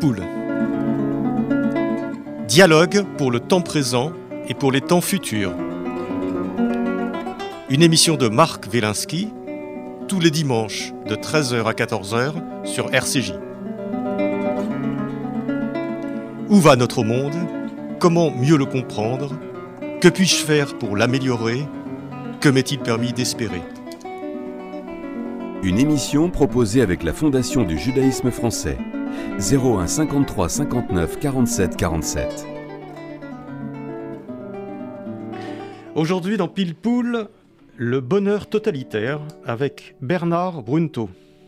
Pool. Dialogue pour le temps présent et pour les temps futurs. Une émission de Marc Wielinski, tous les dimanches de 13h à 14h sur RCJ. Où va notre monde ? Comment mieux le comprendre ? Que puis-je faire pour l'améliorer ? Que m'est-il permis d'espérer ? Une émission proposée avec la Fondation du judaïsme français. 01 53 59 47 47. Aujourd'hui dans Pile Pool, le bonheur totalitaire avec Bernard Brunto.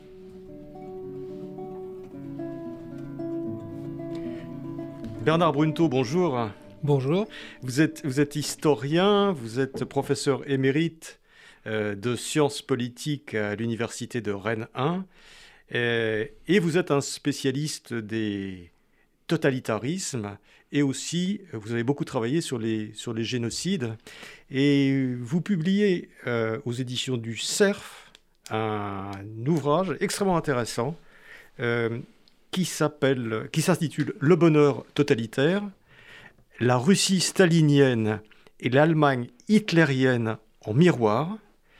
Bernard Brunto, bonjour. Bonjour. Vous êtes historien, vous êtes professeur émérite de sciences politiques à l'université de Rennes 1 et vous êtes un spécialiste des totalitarismes et aussi vous avez beaucoup travaillé sur les génocides et vous publiez aux éditions du Cerf un ouvrage extrêmement intéressant qui s'intitule « Le bonheur totalitaire ». La Russie stalinienne et l'Allemagne hitlérienne en miroir.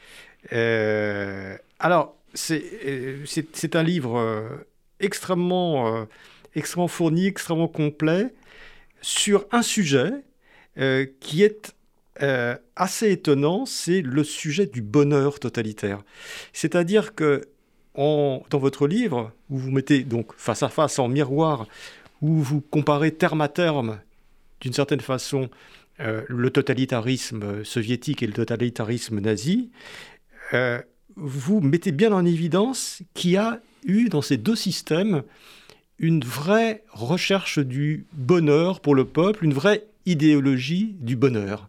Alors, c'est un livre extrêmement fourni, extrêmement complet, sur un sujet qui est assez étonnant, c'est le sujet du bonheur totalitaire. C'est-à-dire que dans votre livre, où vous mettez donc face à face en miroir, où vous comparez terme à terme d'une certaine façon, le totalitarisme soviétique et le totalitarisme nazi, vous mettez bien en évidence qu'il y a eu dans ces deux systèmes une vraie recherche du bonheur pour le peuple, une vraie idéologie du bonheur.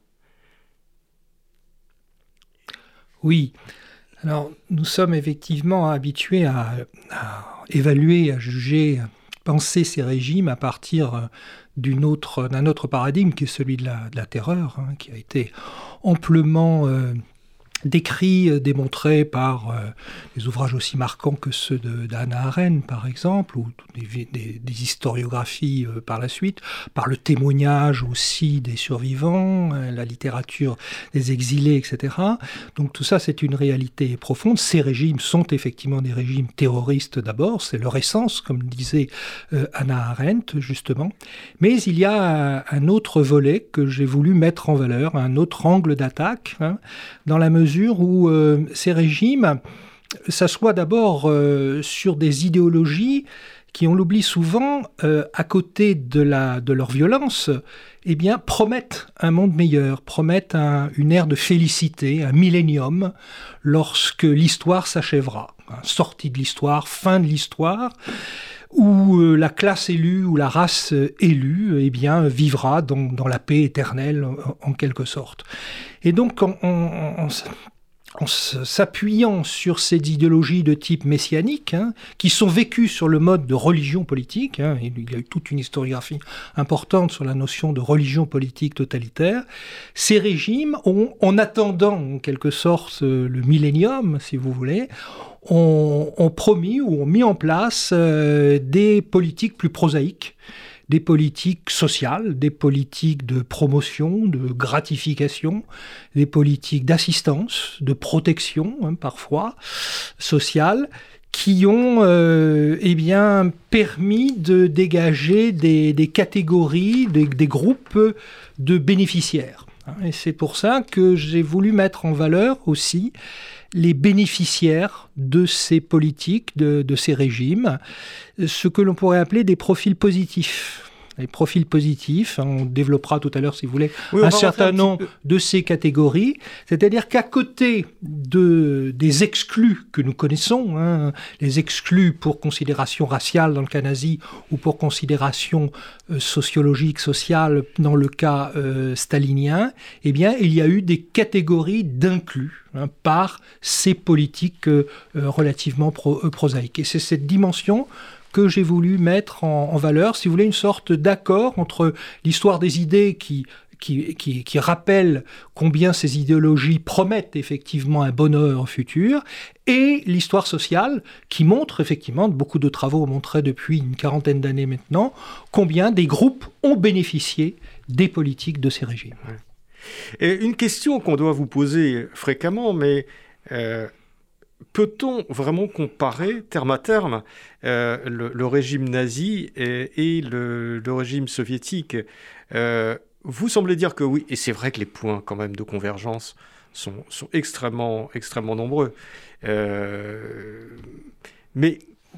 Oui. Alors, nous sommes effectivement habitués à évaluer, à juger, à penser ces régimes à partir d'un autre paradigme qui est celui de la terreur, qui a été amplement décrit, démontré par des ouvrages aussi marquants que ceux d'Hannah Arendt, par exemple, ou des historiographies par la suite, par le témoignage aussi des survivants, la littérature des exilés, etc. Donc tout ça, c'est une réalité profonde. Ces régimes sont effectivement des régimes terroristes d'abord, c'est leur essence, comme disait Hannah Arendt, justement. Mais il y a un autre volet que j'ai voulu mettre en valeur, un autre angle d'attaque, dans la mesure où ces régimes s'assoient d'abord sur des idéologies qui, on l'oublie souvent, à côté de leur violence, eh bien, promettent un monde meilleur, promettent une ère de félicité, un millénium, lorsque l'histoire s'achèvera. Sortie de l'histoire, fin de l'histoire, où la classe élue ou la race élue eh bien, vivra dans la paix éternelle, en quelque sorte. Et donc, en s'appuyant sur ces idéologies de type messianique, qui sont vécues sur le mode de religion politique, il y a eu toute une historiographie importante sur la notion de religion politique totalitaire, ces régimes ont, en attendant en quelque sorte le millénium, si vous voulez, ont promis ou ont mis en place des politiques plus prosaïques, des politiques sociales, des politiques de promotion, de gratification, des politiques d'assistance, de protection, parfois, sociale, qui ont permis de dégager des catégories, des groupes de bénéficiaires. Et c'est pour ça que j'ai voulu mettre en valeur aussi les bénéficiaires de ces politiques, de ces régimes, ce que l'on pourrait appeler des profils positifs. Les profils positifs, on développera tout à l'heure, si vous voulez, un certain nombre de ces catégories. C'est-à-dire qu'à côté des exclus que nous connaissons, les exclus pour considération raciale dans le cas nazi ou pour considération sociologique, sociale dans le cas stalinien, eh bien, il y a eu des catégories d'inclus par ces politiques relativement prosaïques. Et c'est cette dimension que j'ai voulu mettre en valeur, si vous voulez, une sorte d'accord entre l'histoire des idées qui qui rappelle combien ces idéologies promettent effectivement un bonheur futur, et l'histoire sociale qui montre effectivement, beaucoup de travaux ont montré depuis une quarantaine d'années maintenant, combien des groupes ont bénéficié des politiques de ces régimes. Et une question qu'on doit vous poser fréquemment, mais peut-on vraiment comparer, terme à terme, le régime nazi et le régime soviétique ? Vous semblez dire que oui, et c'est vrai que les points quand même de convergence sont extrêmement nombreux. Mais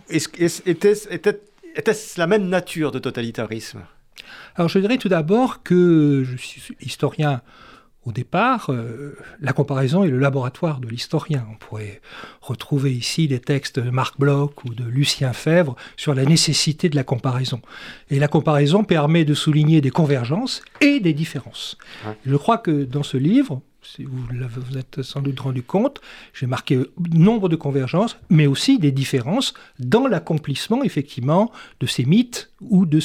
était-ce la même nature de totalitarisme ? Alors je dirais tout d'abord que je suis historien au départ. La comparaison est le laboratoire de l'historien. On pourrait retrouver ici des textes de Marc Bloch ou de Lucien Febvre sur la nécessité de la comparaison. Et la comparaison permet de souligner des convergences et des différences. Ouais. Je crois que dans ce livre, si vous êtes sans doute rendu compte, j'ai marqué nombre de convergences, mais aussi des différences dans l'accomplissement, effectivement, de ces mythes ou de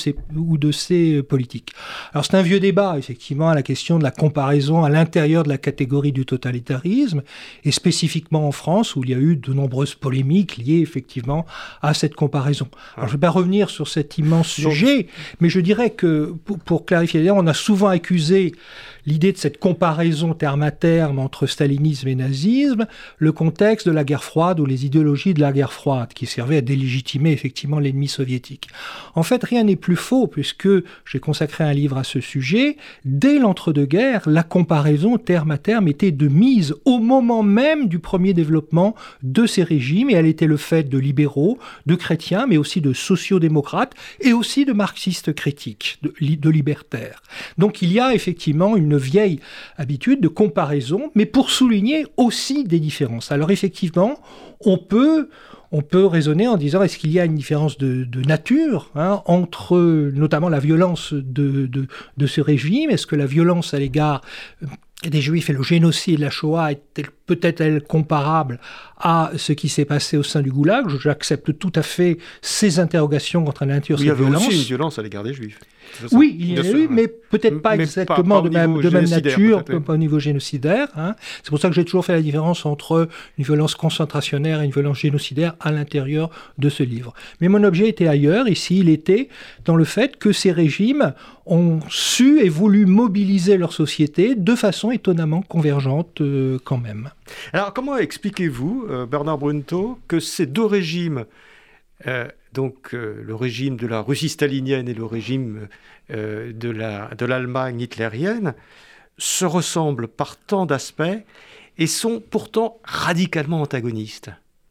ces politiques. Alors c'est un vieux débat, effectivement, à la question de la comparaison à l'intérieur de la catégorie du totalitarisme, et spécifiquement en France, où il y a eu de nombreuses polémiques liées, effectivement, à cette comparaison. Alors je ne vais pas revenir sur cet immense sujet, mais je dirais que, pour clarifier, on a souvent accusé l'idée de cette comparaison terme à terme entre stalinisme et nazisme, le contexte de la guerre froide ou les idéologies de la guerre froide qui servaient à délégitimer effectivement l'ennemi soviétique. En fait, rien n'est plus faux puisque j'ai consacré un livre à ce sujet. Dès l'entre-deux-guerres, la comparaison terme à terme était de mise au moment même du premier développement de ces régimes et elle était le fait de libéraux, de chrétiens, mais aussi de sociodémocrates et aussi de marxistes critiques, de libertaires. Donc il y a effectivement une vieille habitude de comparaison, mais pour souligner aussi des différences. Alors effectivement, on peut raisonner en disant est-ce qu'il y a une différence de nature entre notamment la violence de ce régime ? Est-ce que la violence à l'égard des Juifs et le génocide, la Shoah, peut-être comparable à ce qui s'est passé au sein du Goulag ? J'accepte tout à fait ces interrogations quant à la nature de cette violence. Il y avait aussi une violence à l'égard des Juifs. Oui, il y en a eu, mais peut-être pas exactement de même nature, pas au niveau génocidaire. C'est pour ça que j'ai toujours fait la différence entre une violence concentrationnaire et une violence génocidaire à l'intérieur de ce livre. Mais mon objet était ailleurs. Ici, il était dans le fait que ces régimes ont su et voulu mobiliser leur société de façon étonnamment convergente quand même. Alors, comment expliquez-vous, Bernard Brunto, que ces deux régimes, le régime de la Russie stalinienne et le régime de l'Allemagne hitlérienne, se ressemblent par tant d'aspects et sont pourtant radicalement antagonistes ?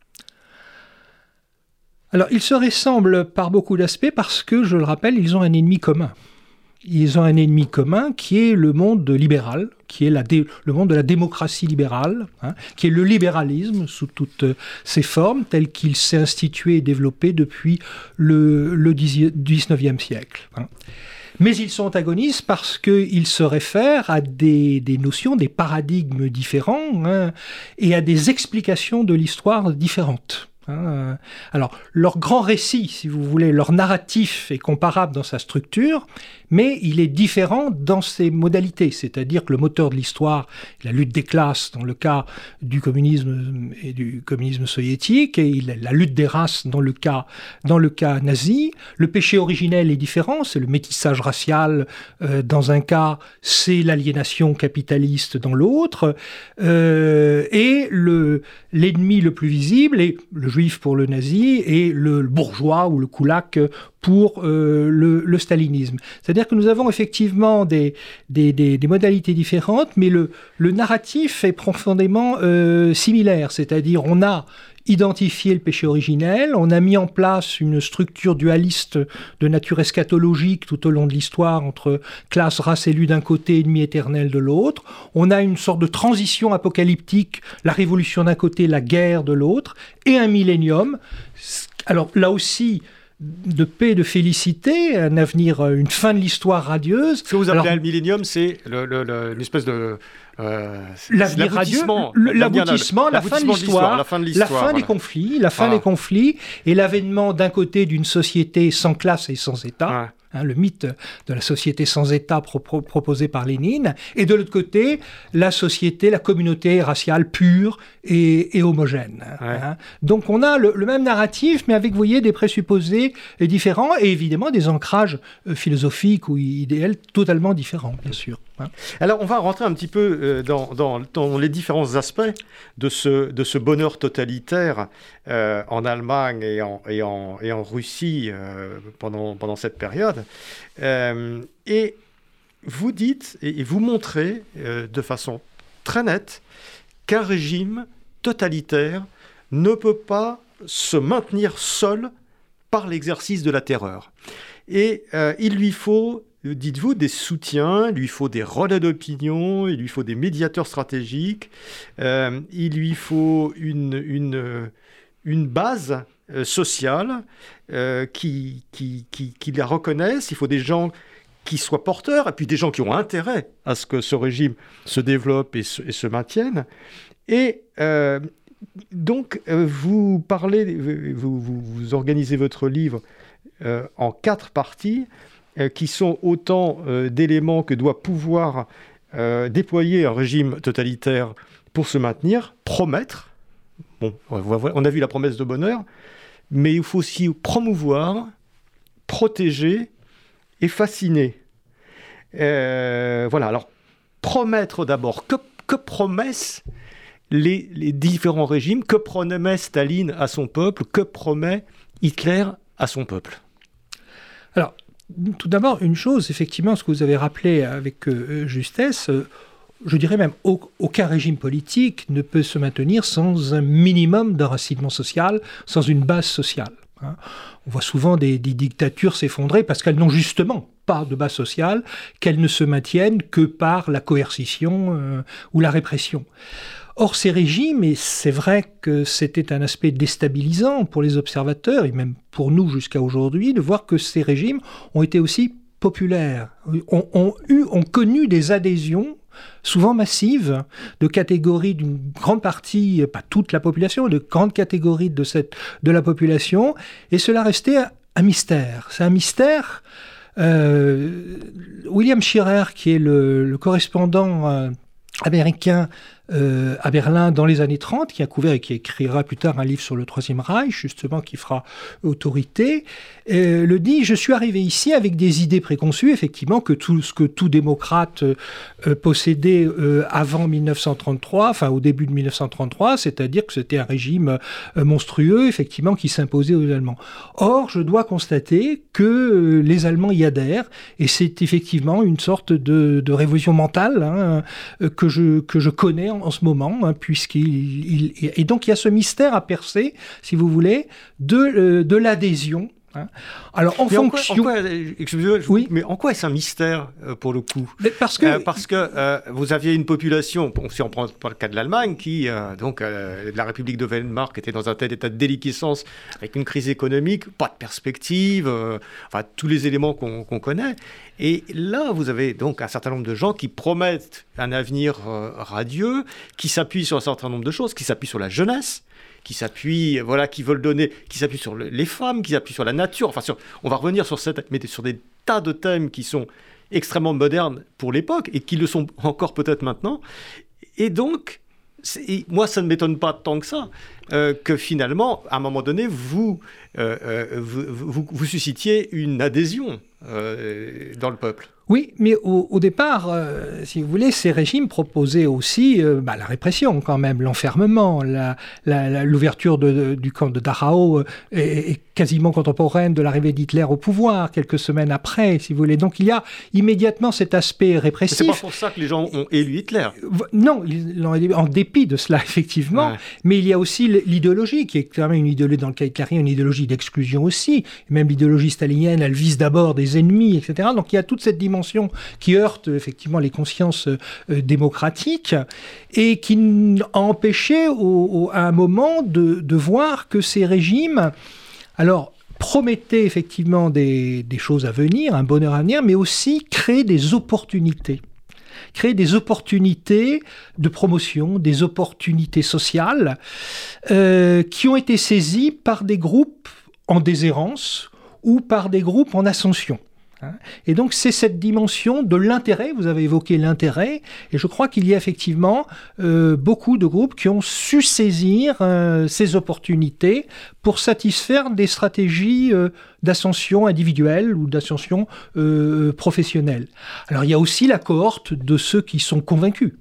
Alors, ils se ressemblent par beaucoup d'aspects parce que, je le rappelle, ils ont un ennemi commun. Ils ont un ennemi commun qui est le monde libéral, qui est le monde de la démocratie libérale, qui est le libéralisme sous toutes ses formes, tel qu'il s'est institué et développé depuis le 19e siècle. Mais ils sont antagonistes parce qu'ils se réfèrent à des notions, des paradigmes différents et à des explications de l'histoire différentes. Alors, leur grand récit, si vous voulez, leur narratif est comparable dans sa structure, mais il est différent dans ses modalités. C'est-à-dire que le moteur de l'histoire est la lutte des classes dans le cas du communisme et du communisme soviétique, et la lutte des races dans le cas nazi. Le péché originel est différent, c'est le métissage racial dans un cas, c'est l'aliénation capitaliste dans l'autre, et l'ennemi le plus visible est le juif pour le nazi et le bourgeois ou le koulak pour le stalinisme. C'est-à-dire que nous avons effectivement des modalités différentes, mais le narratif est profondément similaire. C'est-à-dire on a identifié le péché originel, on a mis en place une structure dualiste de nature eschatologique tout au long de l'histoire entre classe, race élue d'un côté, ennemi éternel de l'autre. On a une sorte de transition apocalyptique, la révolution d'un côté, la guerre de l'autre, et un millénium. Alors là aussi, de paix, de félicité, un avenir, une fin de l'histoire radieuse. Ce que vous appelez le millénium, c'est une espèce de... l'avenir radieux, l'aboutissement, la fin de l'histoire, la fin des conflits, des conflits, et l'avènement d'un côté d'une société sans classe et sans État, le mythe de la société sans État proposé par Lénine, et de l'autre côté, la société, la communauté raciale pure et homogène. Ouais. Donc on a le même narratif, mais avec, vous voyez, des présupposés différents, et évidemment des ancrages philosophiques ou idéaux totalement différents, bien sûr. Alors, on va rentrer un petit peu dans les différents aspects de ce bonheur totalitaire en Allemagne et en Russie pendant cette période. Et vous dites et vous montrez de façon très nette qu'un régime totalitaire ne peut pas se maintenir seul par l'exercice de la terreur. Et il lui faut, dites-vous, des soutiens, il lui faut des relais d'opinion, il lui faut des médiateurs stratégiques, il lui faut une base sociale qui la reconnaisse, il faut des gens qui soient porteurs, et puis des gens qui ont intérêt à ce que ce régime se développe et se maintienne. Et donc, vous organisez votre livre en 4 parties, qui sont autant d'éléments que doit pouvoir déployer un régime totalitaire pour se maintenir, promettre. Bon, on a vu la promesse de bonheur, mais il faut aussi promouvoir, protéger et fasciner. Voilà, alors, promettre d'abord. Que promettent les différents régimes? Que promet Staline à son peuple? Que promet Hitler à son peuple? Alors, tout d'abord, une chose, effectivement, ce que vous avez rappelé avec justesse, je dirais même aucun régime politique ne peut se maintenir sans un minimum d'enracinement social, sans une base sociale. On voit souvent des dictatures s'effondrer parce qu'elles n'ont justement pas de base sociale, qu'elles ne se maintiennent que par la coercition ou la répression. Or, ces régimes, et c'est vrai que c'était un aspect déstabilisant pour les observateurs, et même pour nous jusqu'à aujourd'hui, de voir que ces régimes ont été aussi populaires, ont connu des adhésions souvent massives de catégories d'une grande partie, pas toute la population, de grandes catégories de la population, et cela restait un mystère. C'est un mystère. William Shirer, qui est le correspondant américain à Berlin dans les années 30, qui a couvert et qui écrira plus tard un livre sur le Troisième Reich, justement, qui fera autorité, le dit: je suis arrivé ici avec des idées préconçues, effectivement, que tout ce que tout démocrate possédait avant 1933, enfin au début de 1933, c'est-à-dire que c'était un régime monstrueux, effectivement, qui s'imposait aux Allemands. Or, je dois constater que les Allemands y adhèrent, et c'est effectivement une sorte de révolution mentale que je connais en ce moment, et donc il y a ce mystère à percer, si vous voulez, de l'adhésion. Alors, excusez-moi, mais en quoi est-ce un mystère pour le coup? Parce que vous aviez une population, si on prend le cas de l'Allemagne, qui la République de Weimar était dans un tel état de déliquescence, avec une crise économique, pas de perspective, tous les éléments qu'on connaît. Et là, vous avez donc un certain nombre de gens qui promettent un avenir radieux, qui s'appuient sur un certain nombre de choses, qui s'appuient sur la jeunesse, qui s'appuient, qui veulent donner, qui s'appuient sur les femmes, qui s'appuient sur la nature. On va revenir sur des tas de thèmes qui sont extrêmement modernes pour l'époque et qui le sont encore peut-être maintenant. Et donc, moi, ça ne m'étonne pas tant que ça que finalement, à un moment donné, vous suscitiez une adhésion dans le peuple. Oui, mais au départ, si vous voulez, ces régimes proposaient aussi la répression quand même, l'enfermement, l'ouverture du camp de Dachau est quasiment contemporaine de l'arrivée d'Hitler au pouvoir, quelques semaines après, si vous voulez. Donc il y a immédiatement cet aspect répressif. C'est pas pour ça que les gens ont élu Hitler. Non, ils l'ont élu en dépit de cela, effectivement. Ouais. Mais il y a aussi l'idéologie, qui est quand même une idéologie, dans le cas hitlérien, une idéologie d'exclusion aussi. Même l'idéologie stalinienne, elle vise d'abord des ennemis, etc. Donc il y a toute cette dimension qui heurte effectivement les consciences démocratiques et qui a empêché à un moment de voir que ces régimes promettaient effectivement des choses à venir, un bonheur à venir, mais aussi créer des opportunités. Créer des opportunités de promotion, des opportunités sociales qui ont été saisies par des groupes en déshérence ou par des groupes en ascension. Et donc c'est cette dimension de l'intérêt, vous avez évoqué l'intérêt, et je crois qu'il y a effectivement beaucoup de groupes qui ont su saisir ces opportunités pour satisfaire des stratégies d'ascension individuelle ou d'ascension professionnelle. Alors il y a aussi la cohorte de ceux qui sont convaincus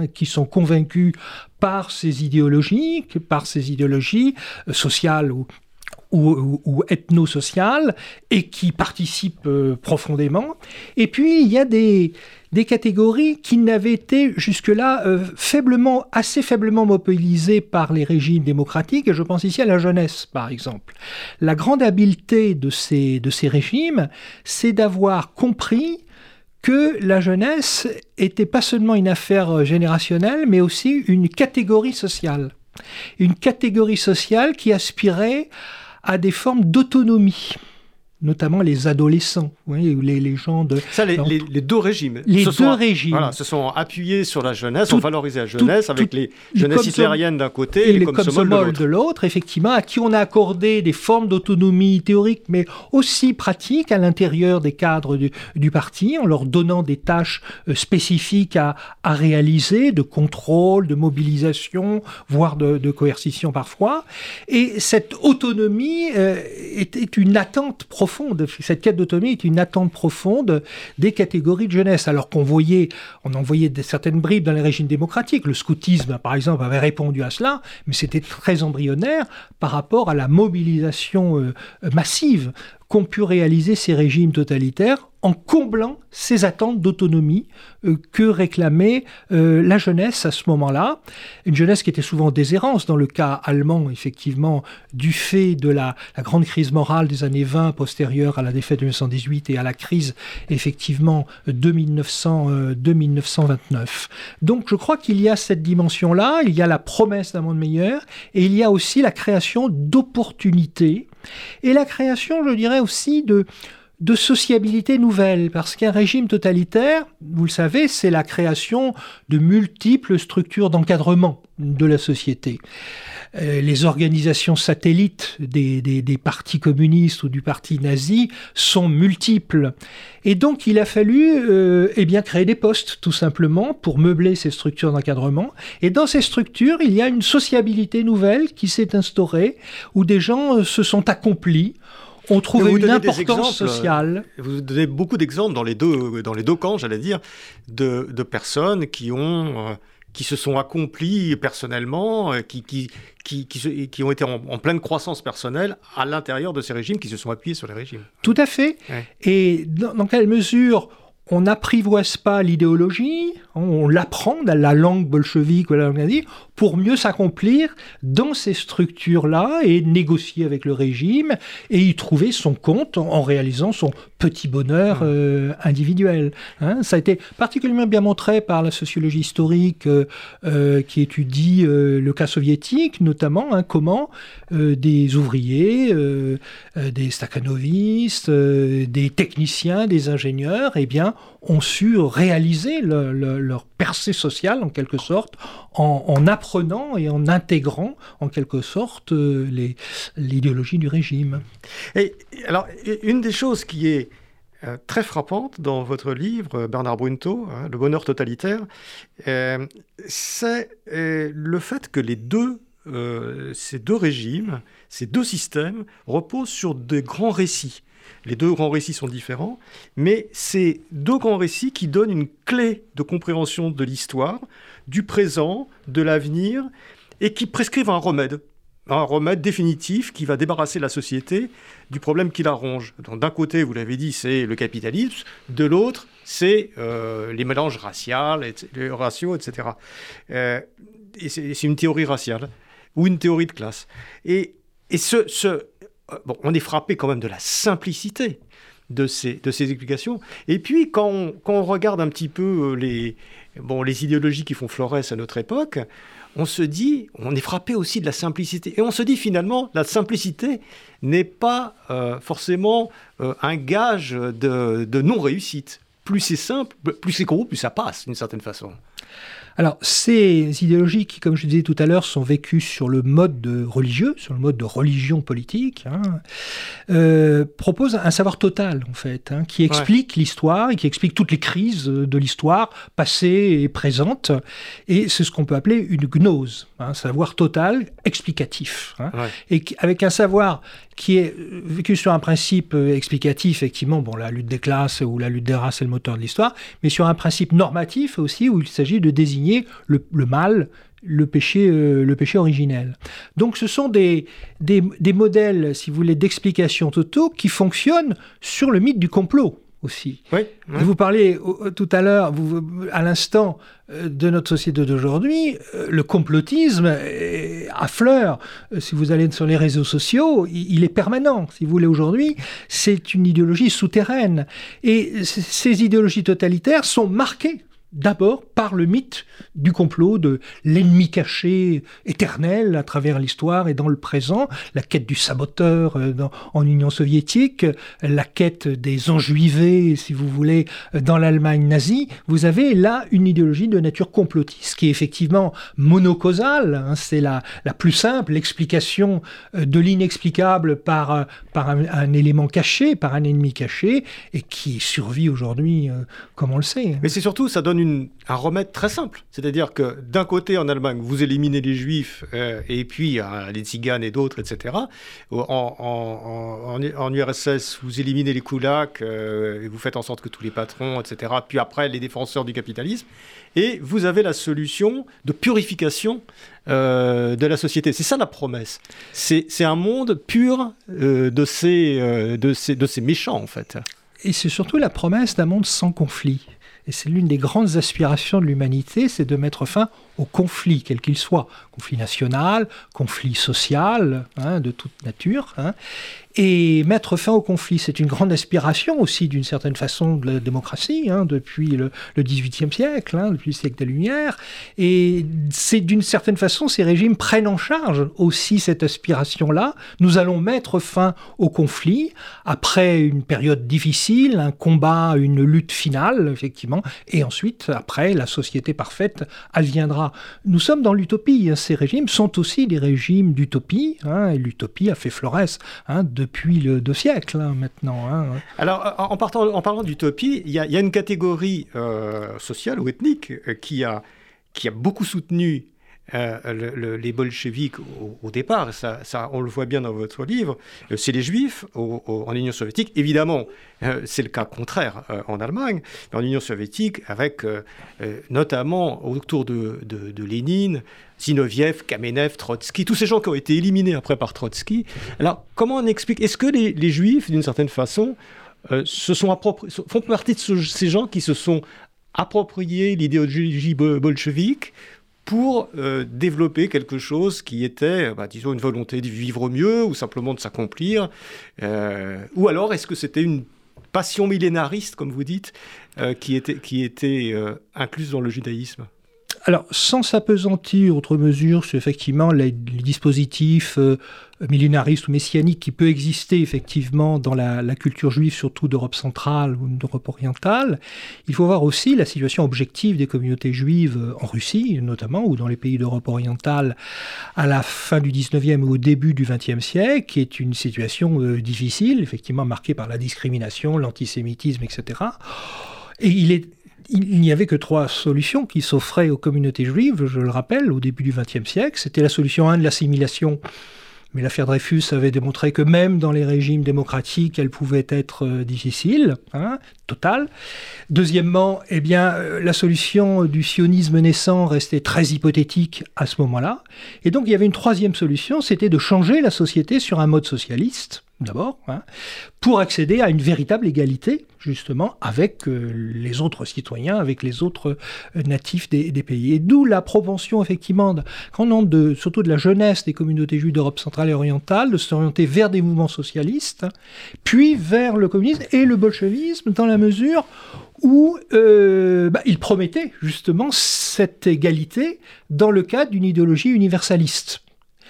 par ces idéologies sociales ou ethno-sociales, et qui participent profondément. Et puis, il y a des catégories qui n'avaient été jusque-là assez faiblement mobilisées par les régimes démocratiques, et je pense ici à la jeunesse, par exemple. La grande habileté de ces régimes, c'est d'avoir compris que la jeunesse était pas seulement une affaire générationnelle, mais aussi une catégorie sociale. Une catégorie sociale qui aspirait à des formes d'autonomie, notamment les adolescents, oui, ou les gens de... Ça, les deux régimes. Régimes. Voilà, se sont appuyés sur la jeunesse, ont valorisé la jeunesse, avec les jeunesses hitlériennes d'un côté et les Komsomol de l'autre, effectivement, à qui on a accordé des formes d'autonomie théorique, mais aussi pratique à l'intérieur des cadres du parti, en leur donnant des tâches spécifiques à réaliser, de contrôle, de mobilisation, voire de coercition parfois. Et cette autonomie était une attente profonde. Cette quête d'autonomie est une attente profonde des catégories de jeunesse, alors on envoyait certaines bribes dans les régimes démocratiques. Le scoutisme, par exemple, avait répondu à cela, mais c'était très embryonnaire par rapport à la mobilisation massive qu'ont pu réaliser ces régimes totalitaires en comblant ces attentes d'autonomie que réclamait la jeunesse à ce moment-là. Une jeunesse qui était souvent en déshérence, dans le cas allemand, effectivement, du fait de la grande crise morale des années 20, postérieure à la défaite de 1918 et à la crise, effectivement, de 1929. Donc, je crois qu'il y a cette dimension-là, il y a la promesse d'un monde meilleur, et il y a aussi la création d'opportunités, et la création, je dirais aussi, de sociabilité nouvelle, parce qu'un régime totalitaire, vous le savez, c'est la création de multiples structures d'encadrement de la société. Les organisations satellites des partis communistes ou du parti nazi sont multiples. Et donc, il a fallu créer des postes, tout simplement, pour meubler ces structures d'encadrement. Et dans ces structures, il y a une sociabilité nouvelle qui s'est instaurée, où des gens se sont accomplis, ont trouvé une importance sociale. Vous donnez beaucoup d'exemples dans les deux camps, j'allais dire, de personnes qui se sont accomplies personnellement, qui ont été en pleine croissance personnelle à l'intérieur de ces régimes, qui se sont appuyés sur les régimes. Tout à fait. Ouais. Et dans quelle mesure on n'apprivoise pas l'idéologie, on l'apprend dans la langue bolchevique ou la langue nazie, pour mieux s'accomplir dans ces structures-là et négocier avec le régime et y trouver son compte en réalisant son petit bonheur individuel. Ça a été particulièrement bien montré par la sociologie historique qui étudie le cas soviétique, notamment comment des ouvriers, des stakhanovistes, des techniciens, des ingénieurs, ont su réaliser leur percée sociale, en quelque sorte, en apprenant et en intégrant, en quelque sorte, l'idéologie du régime. Et alors, une des choses qui est très frappante dans votre livre, Bernard Brunto, Le bonheur totalitaire, c'est le fait que ces deux régimes, ces deux systèmes, reposent sur des grands récits. Les deux grands récits sont différents, mais c'est deux grands récits qui donnent une clé de compréhension de l'histoire, du présent, de l'avenir, et qui prescrivent un remède définitif qui va débarrasser la société du problème qui la ronge. Donc, d'un côté, vous l'avez dit, c'est le capitalisme, de l'autre, c'est les mélanges raciaux, etc. Et c'est une théorie raciale, ou une théorie de classe. Et on est frappé quand même de la simplicité de ces explications. Et puis, quand on regarde un petit peu les idéologies qui font florès à notre époque, on est frappé aussi de la simplicité. Et on se dit finalement, la simplicité n'est pas forcément un gage de non-réussite. Plus c'est simple, plus c'est gros, plus ça passe, d'une certaine façon. Alors, ces idéologies qui, comme je disais tout à l'heure, sont vécues sur le mode religieux, sur le mode de religion politique, proposent un savoir total, en fait, qui explique l'histoire et qui explique toutes les crises de l'histoire, passée et présente. Et c'est ce qu'on peut appeler une gnose, un savoir total, explicatif. Et avec un savoir qui est vécu sur un principe explicatif, effectivement, la lutte des classes ou la lutte des races est le moteur de l'histoire, mais sur un principe normatif aussi, où il s'agit de désigner le mal, le péché originel. Donc ce sont des modèles, si vous voulez, d'explication totaux qui fonctionnent sur le mythe du complot aussi. Oui. Vous parliez tout à l'heure, à l'instant, de notre société d'aujourd'hui, le complotisme affleure. Si vous allez sur les réseaux sociaux, il est permanent. Si vous voulez, aujourd'hui, c'est une idéologie souterraine. Et ces idéologies totalitaires sont marquées d'abord par le mythe du complot, de l'ennemi caché éternel à travers l'histoire et dans le présent, la quête du saboteur en Union soviétique, la quête des enjuivés, si vous voulez, dans l'Allemagne nazie. Vous avez là une idéologie de nature complotiste qui est effectivement monocausale, c'est la plus simple, l'explication de l'inexplicable par un élément caché, par un ennemi caché, et qui survit aujourd'hui comme on le sait. Mais c'est surtout, ça donne un remède très simple. C'est-à-dire que d'un côté, en Allemagne, vous éliminez les Juifs, et puis les Tziganes et d'autres, etc. En URSS, vous éliminez les koulaks, et vous faites en sorte que tous les patrons, etc. Puis après, les défenseurs du capitalisme. Et vous avez la solution de purification de la société. C'est ça la promesse. C'est un monde pur de ces méchants, en fait. Et c'est surtout la promesse d'un monde sans conflit. Et c'est l'une des grandes aspirations de l'humanité, c'est de mettre fin au conflit, quel qu'il soit. Conflit national, conflit social, de toute nature. Et mettre fin au conflit, c'est une grande aspiration aussi, d'une certaine façon, de la démocratie, depuis le XVIIIe siècle, depuis le siècle des Lumières. Et c'est d'une certaine façon, ces régimes prennent en charge aussi cette aspiration-là. Nous allons mettre fin au conflit, après une période difficile, un combat, une lutte finale, effectivement, et ensuite, après, la société parfaite adviendra. Nous sommes dans l'utopie. Ces régimes sont aussi des régimes d'utopie, et l'utopie a fait florès depuis 2 siècles maintenant. Alors, en parlant d'utopie, il y a une catégorie sociale ou ethnique qui a beaucoup soutenu les bolcheviks au départ, ça, on le voit bien dans votre livre, c'est les Juifs en Union soviétique. Évidemment, c'est le cas contraire en Allemagne, mais en Union soviétique, avec notamment autour de Lénine, Zinoviev, Kamenev, Trotsky, tous ces gens qui ont été éliminés après par Trotsky. Alors, comment on explique ? Est-ce que les Juifs, d'une certaine façon, font partie de ces gens qui se sont appropriés l'idéologie bolchevique pour développer quelque chose qui était, disons, une volonté de vivre mieux ou simplement de s'accomplir, ou alors est-ce que c'était une passion millénariste, comme vous dites, qui était incluse dans le judaïsme ? Alors, sans s'apesantir outre mesure sur effectivement les dispositifs millénaristes ou messianiques qui peut exister effectivement dans la culture juive, surtout d'Europe centrale ou d'Europe orientale, il faut voir aussi la situation objective des communautés juives en Russie, notamment, ou dans les pays d'Europe orientale à la fin du 19e ou au début du 20e siècle, qui est une situation difficile, effectivement marquée par la discrimination, l'antisémitisme, etc. Et il n'y avait que 3 solutions qui s'offraient aux communautés juives, je le rappelle, au début du XXe siècle. C'était la solution 1 de l'assimilation, mais l'affaire Dreyfus avait démontré que même dans les régimes démocratiques, elle pouvait être difficile, totale. Deuxièmement, la solution du sionisme naissant restait très hypothétique à ce moment-là. Et donc il y avait une 3e solution, c'était de changer la société sur un mode socialiste, d'abord, pour accéder à une véritable égalité, justement, avec les autres citoyens, avec les autres natifs des pays. Et d'où la propension, effectivement, surtout de la jeunesse des communautés juives d'Europe centrale et orientale, de s'orienter vers des mouvements socialistes, puis vers le communisme et le bolchevisme, dans la mesure où ils promettaient, justement, cette égalité dans le cadre d'une idéologie universaliste.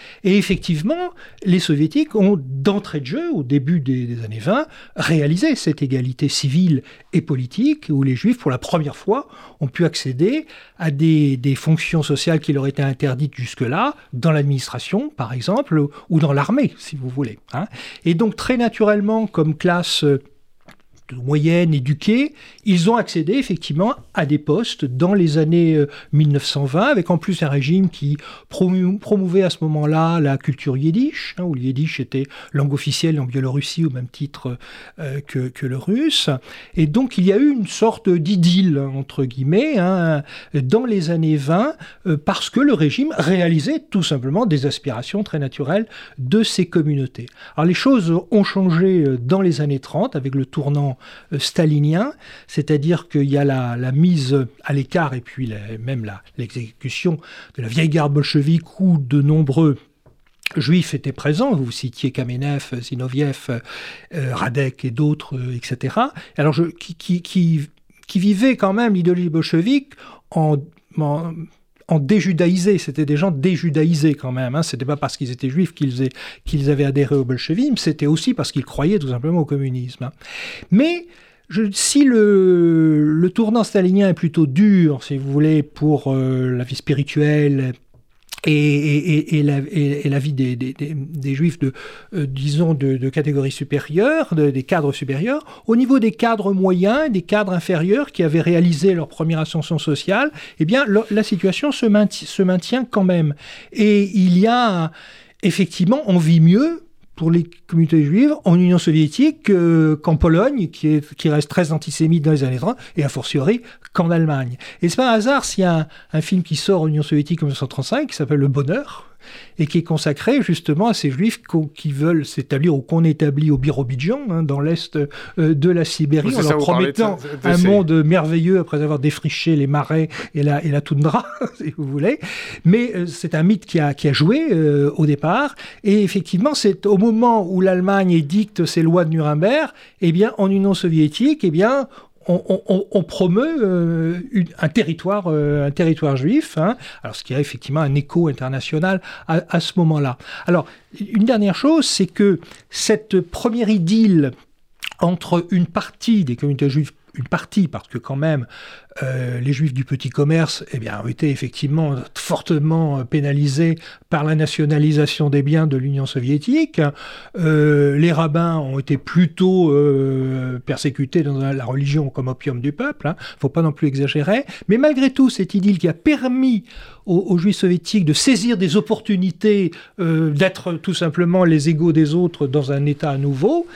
Et effectivement, les soviétiques ont, d'entrée de jeu, au début des années 20, réalisé cette égalité civile et politique, où les juifs, pour la première fois, ont pu accéder à des fonctions sociales qui leur étaient interdites jusque-là, dans l'administration, par exemple, ou dans l'armée, si vous voulez. Et donc, très naturellement, comme classe moyenne, éduquée, ils ont accédé effectivement à des postes dans les années 1920, avec en plus un régime qui promouvait à ce moment-là la culture yiddish, où le yiddish était langue officielle en Biélorussie au même titre que le russe. Et donc il y a eu une sorte d'idylle, entre guillemets, dans les années 20, parce que le régime réalisait tout simplement des aspirations très naturelles de ces communautés. Alors les choses ont changé dans les années 30 avec le tournant stalinien, c'est-à-dire qu'il y a la mise à l'écart et puis même l'exécution de la vieille garde bolchevique où de nombreux juifs étaient présents. Vous citiez Kamenev, Zinoviev, Radek et d'autres, etc. Alors qui vivaient quand même l'idéologie bolchevique en déjudaïsés, c'était des gens déjudaïsés quand même. C'était pas parce qu'ils étaient juifs qu'ils avaient adhéré au bolchevisme, c'était aussi parce qu'ils croyaient tout simplement au communisme. Mais si le tournant stalinien est plutôt dur, si vous voulez, pour la vie spirituelle et la vie des juifs de catégorie supérieure, des cadres supérieurs, au niveau des cadres moyens, des cadres inférieurs qui avaient réalisé leur première ascension sociale, eh bien la situation se maintient quand même. Et il y a effectivement, on vit mieux pour les communautés juives en Union soviétique qu'en Pologne, qui reste très antisémite dans les années 30, et a fortiori qu'en Allemagne. Et c'est pas un hasard s'il y a un film qui sort en Union soviétique en 1935, qui s'appelle Le Bonheur, et qui est consacré justement à ces juifs qui veulent s'établir ou qu'on établit au Birobidjan, dans l'est de la Sibérie, en leur promettant un monde merveilleux après avoir défriché les marais et la toundra, si vous voulez. Mais c'est un mythe qui a joué au départ, et effectivement, c'est au moment où l'Allemagne édicte ses lois de Nuremberg, eh bien, en Union soviétique, eh bien, on promeut un territoire juif, alors ce qui a effectivement un écho international à ce moment-là. Alors, une dernière chose, c'est que cette première idylle entre une partie des communautés juives, parce que quand même, les juifs du petit commerce ont été effectivement fortement pénalisés par la nationalisation des biens de l'Union soviétique. Les rabbins ont été plutôt persécutés dans la religion comme opium du peuple. Faut pas non plus exagérer. Mais malgré tout, cette idylle qui a permis aux juifs soviétiques de saisir des opportunités, d'être tout simplement les égaux des autres dans un État nouveau,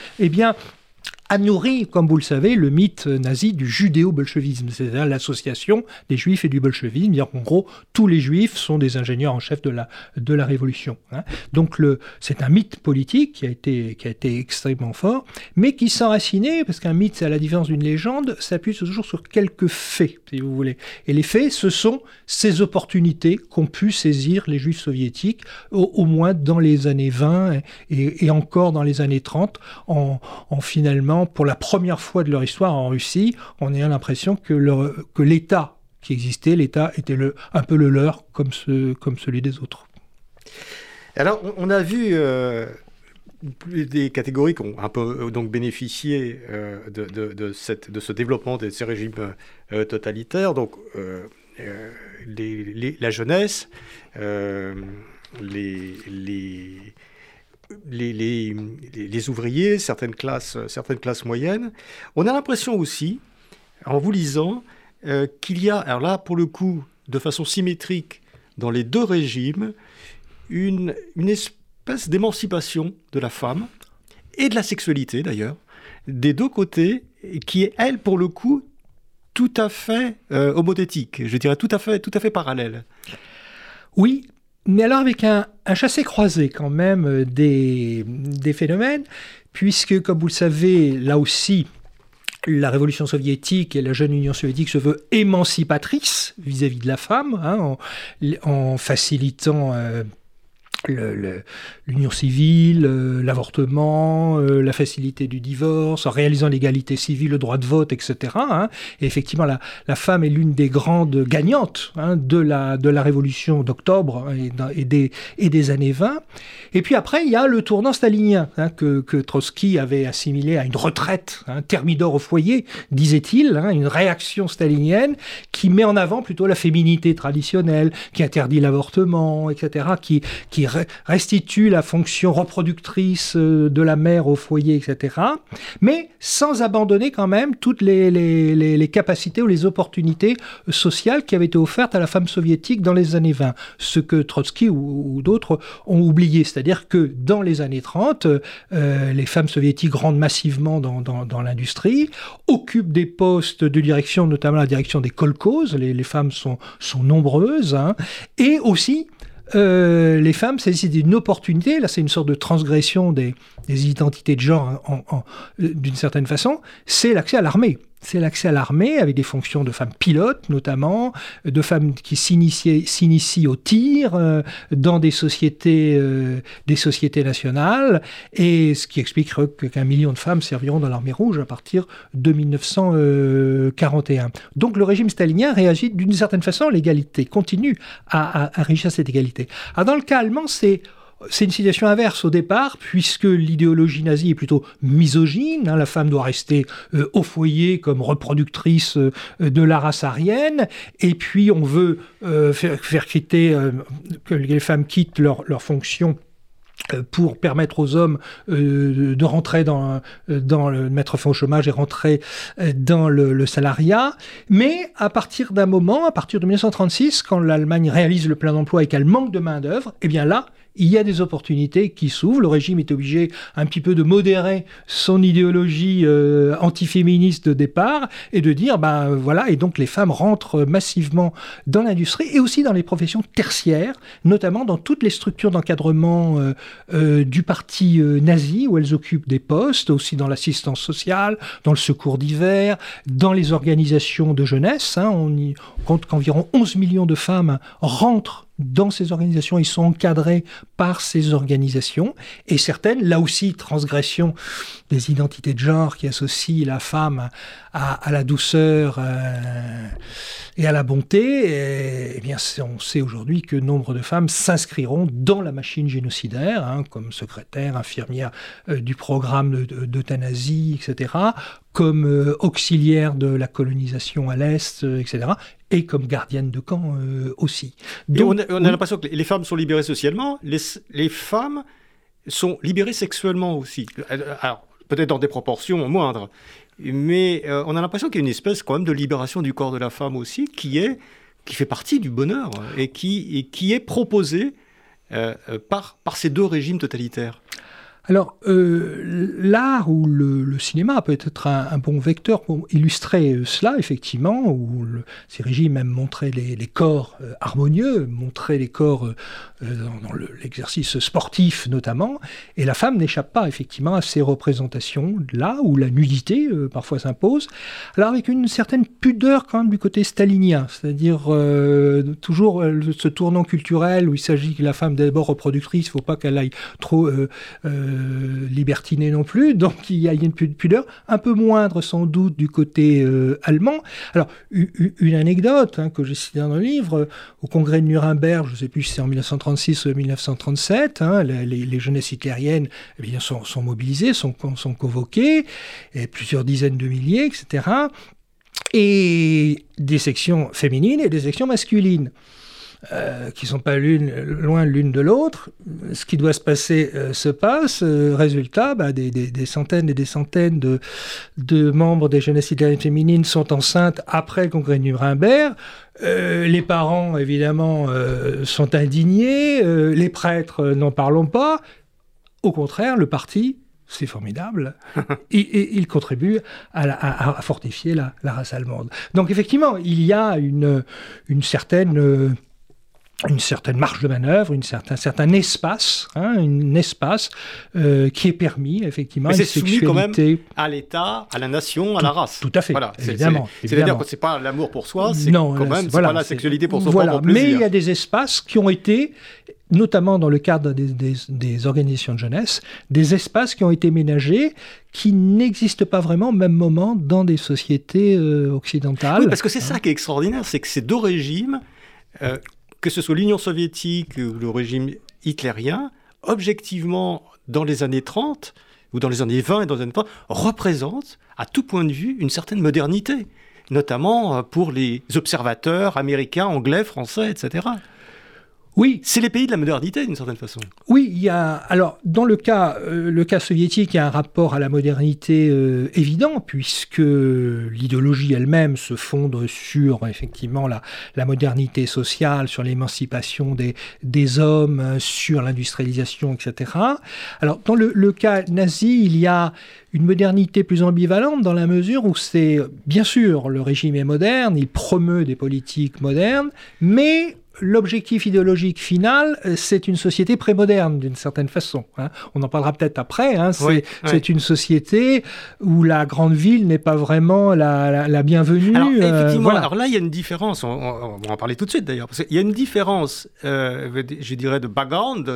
a nourri, comme vous le savez, le mythe nazi du judéo-bolchevisme, c'est-à-dire l'association des juifs et du bolchevisme, dire qu'en gros, tous les juifs sont des ingénieurs en chef de la révolution. Donc c'est un mythe politique qui a été extrêmement fort, mais qui s'enracinait, parce qu'un mythe, à la différence d'une légende, s'appuie toujours sur quelques faits, si vous voulez. Et les faits, ce sont ces opportunités qu'ont pu saisir les juifs soviétiques, au moins dans les années 20 et encore dans les années 30, en finalement, pour la première fois de leur histoire en Russie, on a l'impression que l'État qui existait, l'État était un peu le leur, comme celui des autres. Alors, on a vu des catégories qui ont un peu donc bénéficié de ce développement de ces régimes totalitaires, donc la jeunesse, les ouvriers, certaines classes moyennes. On a l'impression aussi, en vous lisant, qu'il y a, alors là, pour le coup, de façon symétrique, dans les deux régimes, une espèce d'émancipation de la femme, et de la sexualité d'ailleurs, des deux côtés, qui est, elle, pour le coup, tout à fait homothétique, je dirais tout à fait parallèle. Oui, mais alors avec un chassé-croisé quand même des phénomènes, puisque, comme vous le savez, là aussi, la révolution soviétique et la jeune Union soviétique se veut émancipatrice vis-à-vis de la femme, en facilitant l'union civile, l'avortement, la facilité du divorce, en réalisant l'égalité civile, le droit de vote, etc. Et effectivement, la femme est l'une des grandes gagnantes de la révolution d'octobre et des années 20. Et puis après, il y a le tournant stalinien que Trotsky avait assimilé à une retraite, thermidor au foyer, disait-il, une réaction stalinienne qui met en avant plutôt la féminité traditionnelle, qui interdit l'avortement, etc., qui restitue la fonction reproductrice de la mère au foyer, etc., mais sans abandonner quand même toutes les capacités ou les opportunités sociales qui avaient été offertes à la femme soviétique dans les années 20, ce que Trotsky ou d'autres ont oublié. C'est-à-dire que dans les années 30, les femmes soviétiques rentrent massivement dans l'industrie, occupent des postes de direction, notamment la direction des kolkhozes, les femmes sont nombreuses, et aussi les femmes saisissent d'une opportunité, là c'est une sorte de transgression des identités de genre d'une certaine façon, c'est l'accès à l'armée. C'est l'accès à l'armée avec des fonctions de femmes pilotes notamment, de femmes qui s'initient au tir dans des sociétés nationales, et ce qui explique qu'1 million de femmes serviront dans l'armée rouge à partir de 1941. Donc le régime stalinien réagit d'une certaine façon à l'égalité, continue à régir cette égalité. Alors dans le cas allemand, c'est une situation inverse au départ, puisque l'idéologie nazie est plutôt misogyne. La femme doit rester au foyer comme reproductrice de la race aryenne. Et puis on veut faire quitter, que les femmes quittent leur fonction pour permettre aux hommes de rentrer mettre fin au chômage et rentrer dans le salariat. Mais à partir d'un moment, à partir de 1936, quand l'Allemagne réalise le plein d'emploi et qu'elle manque de main-d'œuvre, eh bien là, il y a des opportunités qui s'ouvrent. Le régime est obligé un petit peu de modérer son idéologie antiféministe de départ et de dire, voilà, et donc les femmes rentrent massivement dans l'industrie et aussi dans les professions tertiaires, notamment dans toutes les structures d'encadrement du parti nazi, où elles occupent des postes, aussi dans l'assistance sociale, dans le secours d'hiver, dans les organisations de jeunesse. On y compte qu'environ 11 millions de femmes rentrent dans ces organisations, ils sont encadrés par ces organisations, et certaines, là aussi, transgression des identités de genre qui associent la femme à la douceur et à la bonté, eh bien, on sait aujourd'hui que nombre de femmes s'inscriront dans la machine génocidaire, comme secrétaire, infirmière du programme d'euthanasie, etc., comme auxiliaire de la colonisation à l'Est, etc., et comme gardienne de camp aussi. Donc, on a l'impression que les femmes sont libérées socialement, les femmes sont libérées sexuellement aussi. Alors, peut-être dans des proportions moindres, mais on a l'impression qu'il y a une espèce quand même de libération du corps de la femme aussi, qui fait partie du bonheur et qui est proposée par ces deux régimes totalitaires. Alors, l'art ou le cinéma peut être un bon vecteur pour illustrer cela, effectivement, où ces régimes même montraient les corps harmonieux, montraient les corps dans l'exercice sportif notamment, et la femme n'échappe pas effectivement à ces représentations-là, où la nudité parfois s'impose, alors avec une certaine pudeur quand même du côté stalinien, c'est-à-dire toujours ce tournant culturel où il s'agit que la femme d'abord reproductrice, il ne faut pas qu'elle aille trop libertinée non plus, donc il y a une pudeur un peu moindre sans doute du côté allemand. Alors une anecdote que j'ai citée dans le livre, au congrès de Nuremberg, je ne sais plus si c'est en 1936 ou 1937, les jeunesses hitlériennes sont mobilisées, sont convoquées, et plusieurs dizaines de milliers, etc. Et des sections féminines et des sections masculines. Qui ne sont pas loin l'une de l'autre. Ce qui doit se passer se passe. Résultat, des centaines et des centaines de membres des jeunesses hitlériennes féminines sont enceintes après le congrès de Nuremberg. Les parents, évidemment, sont indignés. Les prêtres, n'en parlons pas. Au contraire, le parti, c'est formidable, et il contribue à fortifier la race allemande. Donc effectivement, il y a une certaine une certaine marge de manœuvre, un certain espace, qui est permis, effectivement, mais une c'est soumis quand même à l'État, à la nation, à la race. Tout à fait, voilà, évidemment. C'est-à-dire que c'est pas l'amour pour soi, c'est c'est pas la sexualité pour son propre plaisir. Mais il y a des espaces qui ont été, notamment dans le cadre des organisations de jeunesse, des espaces qui ont été ménagés, qui n'existent pas vraiment au même moment dans des sociétés occidentales. Oui, parce que c'est ça qui est extraordinaire, c'est que ces deux régimes, que ce soit l'Union soviétique ou le régime hitlérien, objectivement, dans les années 30, ou dans les années 20 et dans les années 30, représentent, à tout point de vue, une certaine modernité, notamment pour les observateurs américains, anglais, français, etc. Oui. C'est les pays de la modernité, d'une certaine façon. Oui, il y a... Alors, dans le cas soviétique, il y a un rapport à la modernité évident, puisque l'idéologie elle-même se fonde sur, effectivement, la modernité sociale, sur l'émancipation des hommes, sur l'industrialisation, etc. Alors, dans le cas nazi, il y a une modernité plus ambivalente dans la mesure où c'est, bien sûr, le régime est moderne, il promeut des politiques modernes, mais l'objectif idéologique final, c'est une société prémoderne, d'une certaine façon. On en parlera peut-être après. C'est une société où la grande ville n'est pas vraiment la bienvenue. Alors, effectivement, alors là, il y a une différence. On va en parler tout de suite, d'ailleurs. Parce qu'il y a une différence, je dirais, de background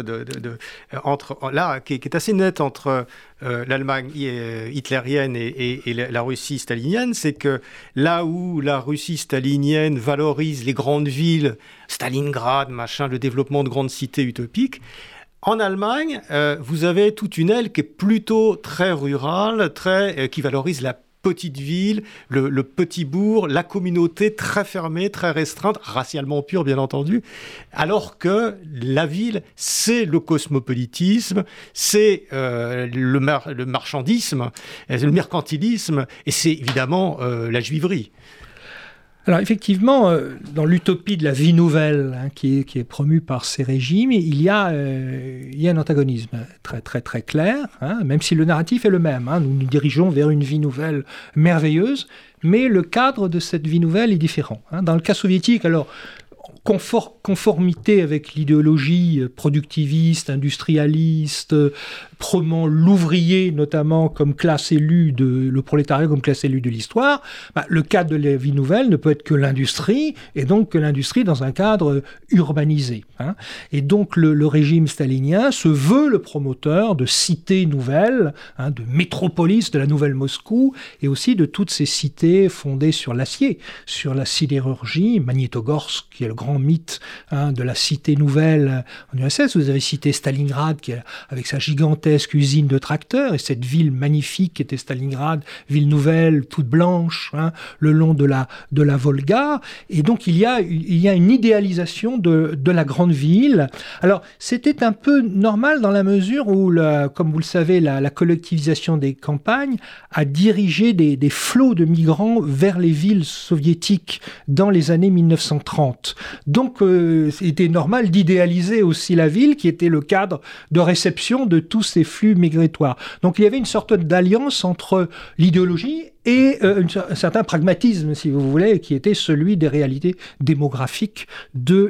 qui est assez nette entre l'Allemagne hitlérienne et la Russie stalinienne. C'est que là où la Russie stalinienne valorise les grandes villes, Stalingrad, le développement de grandes cités utopiques. En Allemagne, vous avez toute une aile qui est plutôt très rurale, qui valorise la petite ville, le petit bourg, la communauté très fermée, très restreinte, racialement pure bien entendu, alors que la ville, c'est le cosmopolitisme, c'est le marchandisme, le mercantilisme, et c'est évidemment la juiverie. Alors effectivement, dans l'utopie de la vie nouvelle qui est promue par ces régimes, il y a un antagonisme très très très clair, même si le narratif est le même. Nous nous dirigeons vers une vie nouvelle merveilleuse, mais le cadre de cette vie nouvelle est différent. Dans le cas soviétique, alors conformité avec l'idéologie productiviste, industrialiste, prônant l'ouvrier notamment comme classe élue, le prolétariat comme classe élue de l'histoire, le cadre de la vie nouvelle ne peut être que l'industrie, et donc que l'industrie dans un cadre urbanisé. Et donc le régime stalinien se veut le promoteur de cités nouvelles, de métropolis de la nouvelle Moscou, et aussi de toutes ces cités fondées sur l'acier, sur la sidérurgie, Magnétogorsk, qui est le grand mythe de la cité nouvelle en URSS. Vous avez cité Stalingrad avec sa gigantesque usine de tracteurs et cette ville magnifique qui était Stalingrad, ville nouvelle, toute blanche, le long de la Volga. Et donc il y a une idéalisation de la grande ville. Alors c'était un peu normal dans la mesure où, comme vous le savez, la collectivisation des campagnes a dirigé des flots de migrants vers les villes soviétiques dans les années 1930. Donc, c'était normal d'idéaliser aussi la ville, qui était le cadre de réception de tous ces flux migratoires. Donc, il y avait une sorte d'alliance entre l'idéologie et un certain pragmatisme, si vous voulez, qui était celui des réalités démographiques de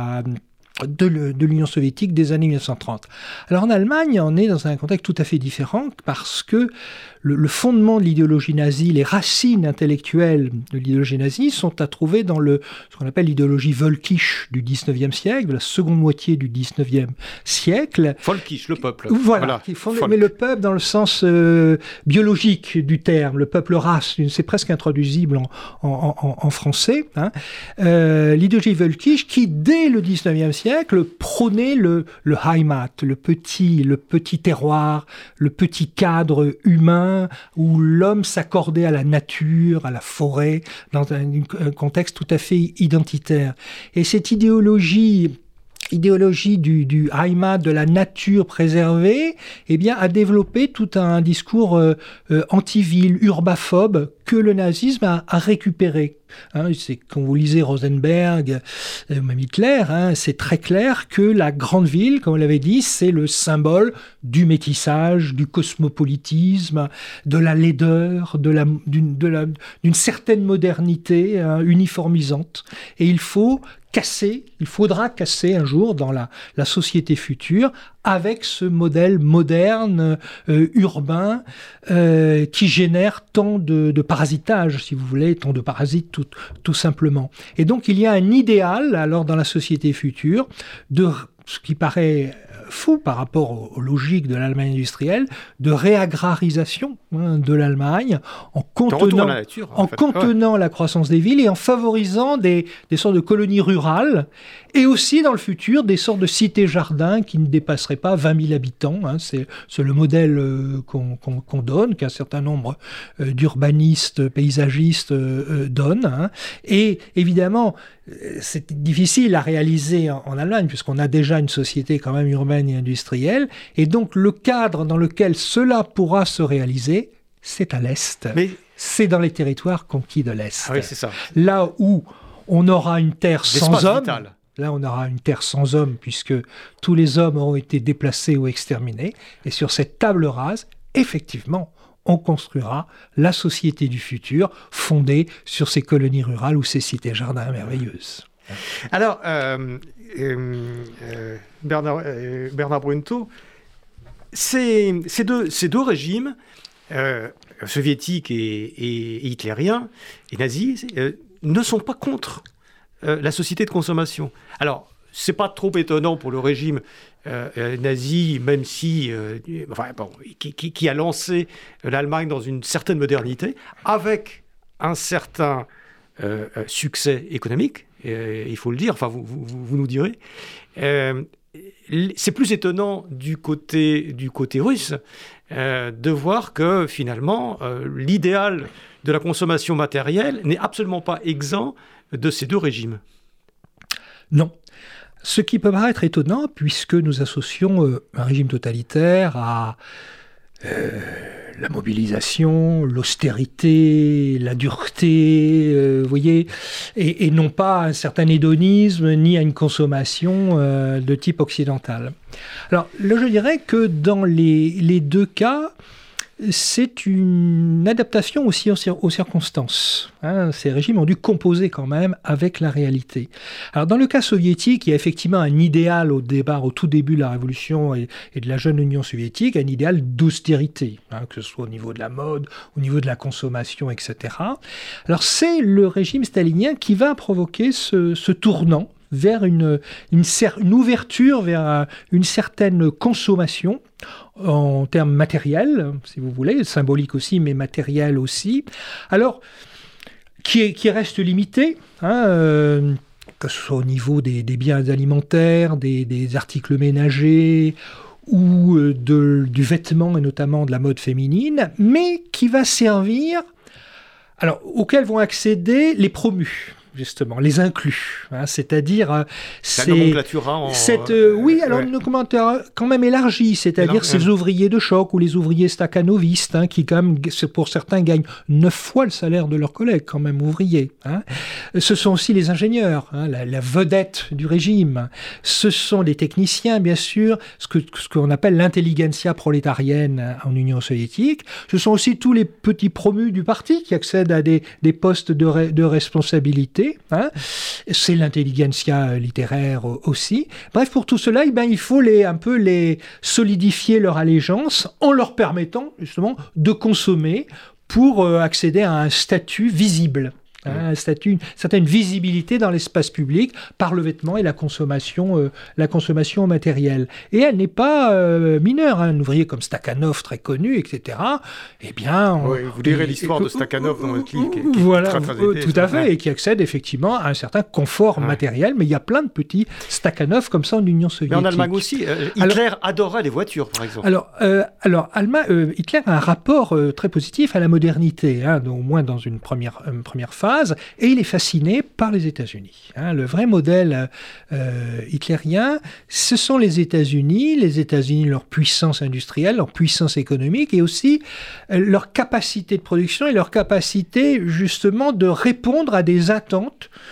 l'Union soviétique des années 1930. Alors en Allemagne, on est dans un contexte tout à fait différent parce que le fondement de l'idéologie nazie, les racines intellectuelles de l'idéologie nazie sont à trouver dans ce qu'on appelle l'idéologie völkisch du 19e siècle, de la seconde moitié du 19e siècle. Volkisch, le peuple. Voilà. Mais le peuple dans le sens biologique du terme, le peuple race, c'est presque intraduisible en français. L'idéologie völkisch qui, dès le 19e siècle, prônait le Heimat, le petit terroir, le petit cadre humain où l'homme s'accordait à la nature, à la forêt, dans un contexte tout à fait identitaire. Et cette idéologie du Heimat, de la nature préservée, a développé tout un discours anti-ville, urbaphobe, que le nazisme a récupéré. C'est quand vous lisez Rosenberg, même Hitler, c'est très clair que la grande ville, comme on l'avait dit, c'est le symbole du métissage, du cosmopolitisme, de la laideur, d'une certaine modernité uniformisante. Et il faut il faudra casser un jour dans la société future avec ce modèle moderne, urbain, qui génère tant de parasitage, si vous voulez, tant de parasites tout simplement. Et donc il y a un idéal, alors dans la société future, de ce qui paraît fou par rapport aux logiques de l'Allemagne industrielle, de réagrarisation de l'Allemagne en contenant la croissance des villes et en favorisant des sortes de colonies rurales et aussi dans le futur des sortes de cités-jardins qui ne dépasseraient pas 20 000 habitants. C'est le modèle qu'on donne, qu'un certain nombre d'urbanistes, paysagistes donnent. Et évidemment, c'est difficile à réaliser en Allemagne puisqu'on a déjà une société quand même urbaine et industrielle. Et donc le cadre dans lequel cela pourra se réaliser, c'est à l'Est. C'est dans les territoires conquis de l'Est. Ah oui, c'est ça. Là où on aura une terre sans hommes. Là, on aura une terre sans hommes puisque tous les hommes auront été déplacés ou exterminés. Et sur cette table rase, effectivement, on construira la société du futur fondée sur ces colonies rurales ou ces cités-jardins merveilleuses. Alors, Bernard Brunto, ces deux régimes, soviétiques et hitlériens et nazis, ne sont pas contre la société de consommation. Alors, c'est pas trop étonnant pour le régime nazi, même si, qui a lancé l'Allemagne dans une certaine modernité, avec un certain succès économique, il faut le dire, enfin vous nous direz. C'est plus étonnant du côté russe de voir que finalement l'idéal de la consommation matérielle n'est absolument pas exempt de ces deux régimes. Non. Ce qui peut paraître étonnant, puisque nous associons un régime totalitaire à la mobilisation, l'austérité, la dureté, vous voyez, et non pas à un certain hédonisme, ni à une consommation de type occidental. Alors, là, je dirais que dans les deux cas, c'est une adaptation aussi aux circonstances. Ces régimes ont dû composer quand même avec la réalité. Alors dans le cas soviétique, il y a effectivement un idéal au tout début de la Révolution et de la jeune Union soviétique, un idéal d'austérité, que ce soit au niveau de la mode, au niveau de la consommation, etc. Alors c'est le régime stalinien qui va provoquer ce tournant vers une ouverture vers une certaine consommation en termes matériels, si vous voulez, symbolique aussi, mais matériel aussi. Alors, qui reste limité, que ce soit au niveau des biens alimentaires, des articles ménagers ou du vêtement et notamment de la mode féminine, mais qui va servir, alors auquel vont accéder les promus. Justement, les inclus, c'est-à-dire la nomenclature oui, alors une nomenclature quand même élargie, c'est-à-dire ces ouvriers de choc ou les ouvriers stakhanovistes, qui quand même, pour certains, gagnent 9 fois le salaire de leurs collègues, quand même ouvriers. Ce sont aussi les ingénieurs, la vedette du régime. Ce sont les techniciens, bien sûr, ce qu'on appelle l'intelligentsia prolétarienne en Union soviétique. Ce sont aussi tous les petits promus du parti qui accèdent à des postes de responsabilité. C'est l'intelligentsia littéraire aussi. Bref, pour tout cela, il faut un peu les solidifier leur allégeance en leur permettant justement de consommer pour accéder à un statut visible. Un statut, une certaine visibilité dans l'espace public par le vêtement et la consommation matérielle. Et elle n'est pas mineure. Un ouvrier comme Stakhanov, très connu, etc. Eh bien... vous lirez l'histoire de Stakhanov dans votre livre. Voilà, tout à fait, et qui accède effectivement à un certain confort matériel, mais il y a plein de petits Stakhanov comme ça en Union soviétique. Mais en Allemagne aussi, Hitler adorait les voitures, par exemple. Hitler a un rapport très positif à la modernité, au moins dans une première phase, et il est fasciné par les États-Unis. Le vrai modèle hitlérien, ce sont les États-Unis, leur puissance industrielle, leur puissance économique, et aussi leur capacité de production et leur capacité justement de répondre à des attentes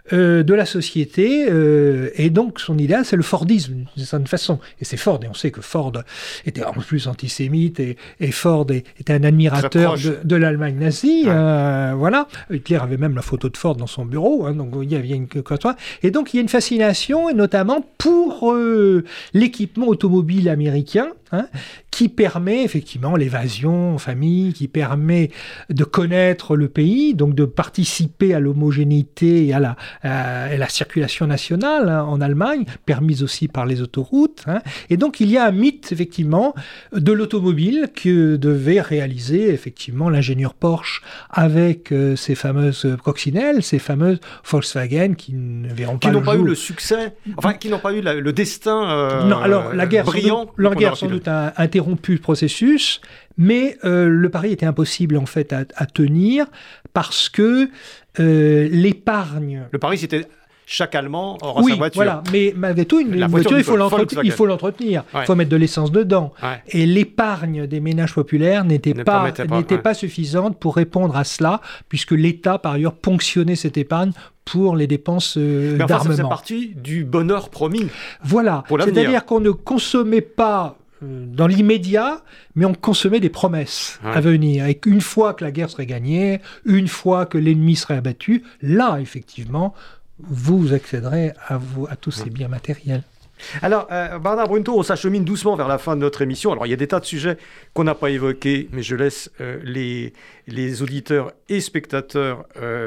de la société, et donc son idéal, c'est le Fordisme, d'une certaine façon. Et c'est Ford, et on sait que Ford était en plus antisémite, et Ford était un admirateur de l'Allemagne nazie. Ouais. Voilà. Hitler avait même la photo de Ford dans son bureau, hein, donc il y avait une côtoie. Et donc il y a une fascination, et notamment pour l'équipement automobile américain, hein, qui permet effectivement l'évasion en famille, qui permet de connaître le pays, donc de participer à l'homogénéité et à la circulation nationale, hein, en Allemagne, permise aussi par les autoroutes. Hein. Et donc il y a un mythe effectivement de l'automobile que devait réaliser effectivement l'ingénieur Porsche avec ces fameuses coccinelles, ces fameuses Volkswagen qui ne verront pas le jour. Qui n'ont pas eu le succès, enfin qui n'ont pas eu le destin non, alors, la guerre, brillant. La guerre sans doute a interrompu le processus, mais le pari était impossible en fait à tenir parce que l'épargne... Le pari, c'était chaque Allemand aura sa voiture. Voilà, mais malgré tout, une voiture, il faut l'entretenir, il faut mettre de l'essence dedans. Ouais. Et l'épargne des ménages populaires n'était pas suffisante pour répondre à cela, puisque l'État, par ailleurs, ponctionnait cette épargne pour les dépenses d'armement. Ça faisait partie du bonheur promis. Voilà, c'est-à-dire qu'on ne consommait pas dans l'immédiat, mais on consommait des promesses à venir. Et une fois que la guerre serait gagnée, une fois que l'ennemi serait abattu, là, effectivement, vous accéderez à tous ces biens matériels. Alors, Bernard Brunto, on s'achemine doucement vers la fin de notre émission. Alors, il y a des tas de sujets qu'on n'a pas évoqués, mais je laisse les auditeurs et spectateurs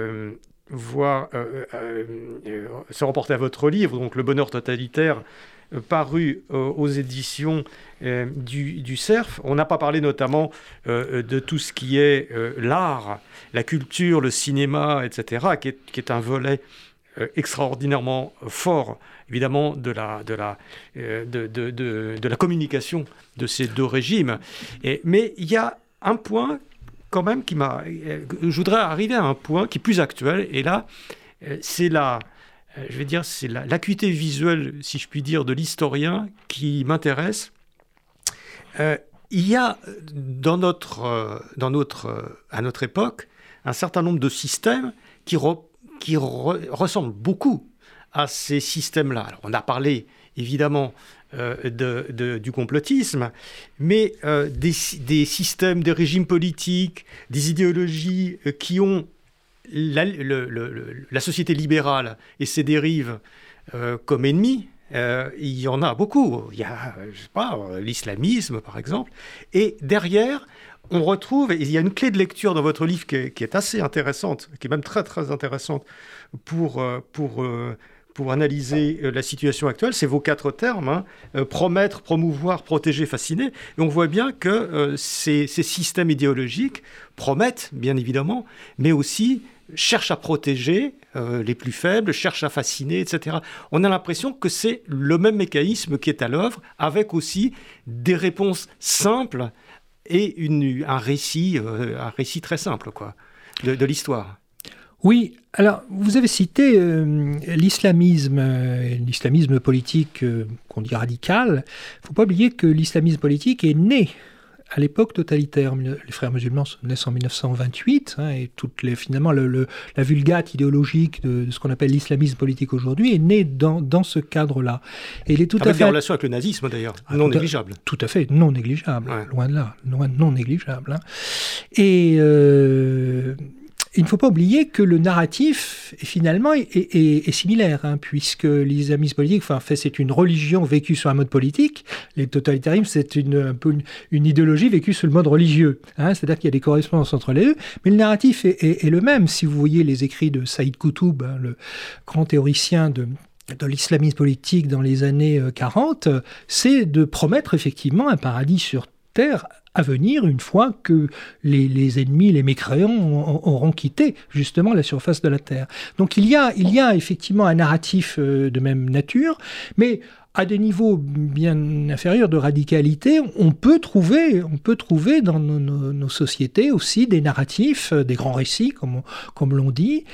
se reporter à votre livre, donc Le bonheur totalitaire, paru aux éditions du Cerf. On n'a pas parlé notamment de tout ce qui est l'art, la culture, le cinéma, etc., qui est un volet extraordinairement fort, évidemment, de la communication de ces deux régimes. Mais il y a un point, quand même, je voudrais arriver à un point qui est plus actuel, et là, c'est l'acuité visuelle, si je puis dire, de l'historien qui m'intéresse. Il y a à notre époque un certain nombre de systèmes qui ressemblent beaucoup à ces systèmes-là. Alors, on a parlé évidemment du complotisme, mais des systèmes, des régimes politiques, des idéologies qui ont la société libérale et ses dérives comme ennemis. Il y en a beaucoup. Il y a, l'islamisme, par exemple. Et derrière, on retrouve, et il y a une clé de lecture dans votre livre qui est assez intéressante, qui est même très, très intéressante pour analyser la situation actuelle. C'est vos 4 termes, promettre, promouvoir, protéger, fasciner. Et on voit bien que ces systèmes idéologiques promettent, bien évidemment, mais aussi cherchent à protéger les plus faibles, cherchent à fasciner, etc. On a l'impression que c'est le même mécanisme qui est à l'œuvre, avec aussi des réponses simples et un récit très simple, quoi, de l'histoire. Oui, alors vous avez cité l'islamisme politique qu'on dit radical. Il ne faut pas oublier que l'islamisme politique est né à l'époque totalitaire. Les frères musulmans naissent en 1928, et finalement la vulgate idéologique de ce qu'on appelle l'islamisme politique aujourd'hui est née dans ce cadre-là. Et il est avec des relations avec le nazisme d'ailleurs, non négligeable. Tout à fait, non négligeable, loin de là, non négligeable. Hein. Et il ne faut pas oublier que le narratif, finalement, est similaire, puisque l'islamisme politique, c'est une religion vécue sur un mode politique. Les totalitarismes, c'est un peu une idéologie vécue sur le mode religieux. C'est-à-dire qu'il y a des correspondances entre les deux, mais le narratif est le même. Si vous voyez les écrits de Saïd Qutb, le grand théoricien de l'islamisme politique dans les années 40, c'est de promettre effectivement un paradis sur Terre à venir une fois que les ennemis, les mécréants auront quitté justement la surface de la Terre. Donc il y a effectivement un narratif de même nature, mais à des niveaux bien inférieurs de radicalité, on peut trouver dans nos sociétés aussi des narratifs, des grands récits, comme l'on dit,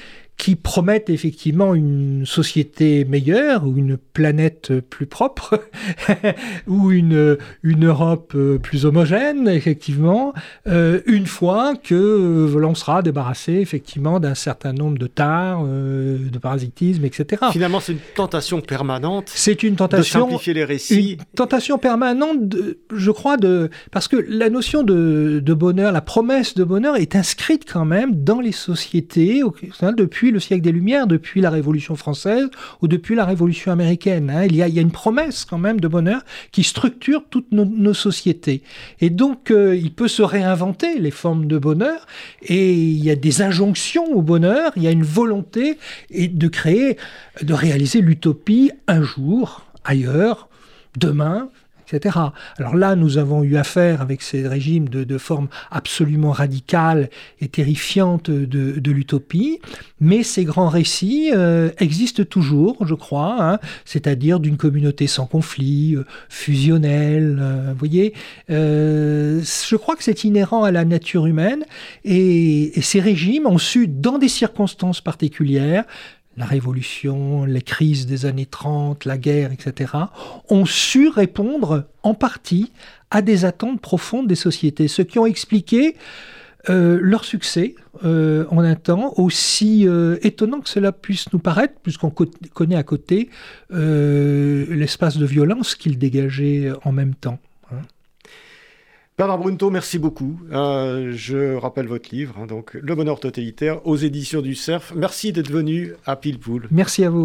qui promettent effectivement une société meilleure ou une planète plus propre ou une Europe plus homogène, effectivement, une fois que l'on sera débarrassé effectivement d'un certain nombre de tares, de parasitisme, etc. Finalement, c'est une tentation permanente. C'est une tentation de simplifier les récits. Une tentation permanente, je crois, parce que la notion de bonheur, la promesse de bonheur est inscrite quand même dans les sociétés depuis le siècle des Lumières, depuis la Révolution française ou depuis la Révolution américaine. Il y a une promesse quand même de bonheur qui structure toutes nos sociétés. Et donc, il peut se réinventer les formes de bonheur, et il y a des injonctions au bonheur, il y a une volonté de réaliser l'utopie un jour, ailleurs, demain, etc. Alors là, nous avons eu affaire avec ces régimes de forme absolument radicale et terrifiante de l'utopie, mais ces grands récits existent toujours, je crois, c'est-à-dire d'une communauté sans conflit, fusionnelle, vous voyez. Je crois que c'est inhérent à la nature humaine, et ces régimes ont su, dans des circonstances particulières, la Révolution, les crises des années 30, la guerre, etc., ont su répondre en partie à des attentes profondes des sociétés, ce qui ont expliqué leur succès en un temps, aussi étonnant que cela puisse nous paraître, puisqu'on connaît à côté l'espace de violence qu'ils dégageaient en même temps. Bernard Brunto, merci beaucoup. Je rappelle votre livre, donc Le bonheur totalitaire, aux éditions du Cerf. Merci d'être venu à Pile Poule. Merci à vous.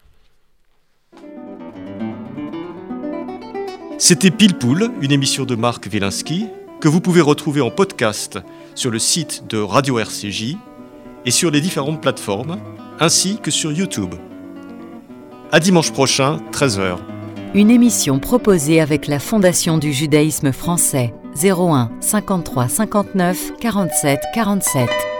C'était Pile Poule, une émission de Marc Wielinski, que vous pouvez retrouver en podcast sur le site de Radio RCJ et sur les différentes plateformes, ainsi que sur YouTube. À dimanche prochain, 13h. Une émission proposée avec la Fondation du judaïsme français. 01 53 59 47 47.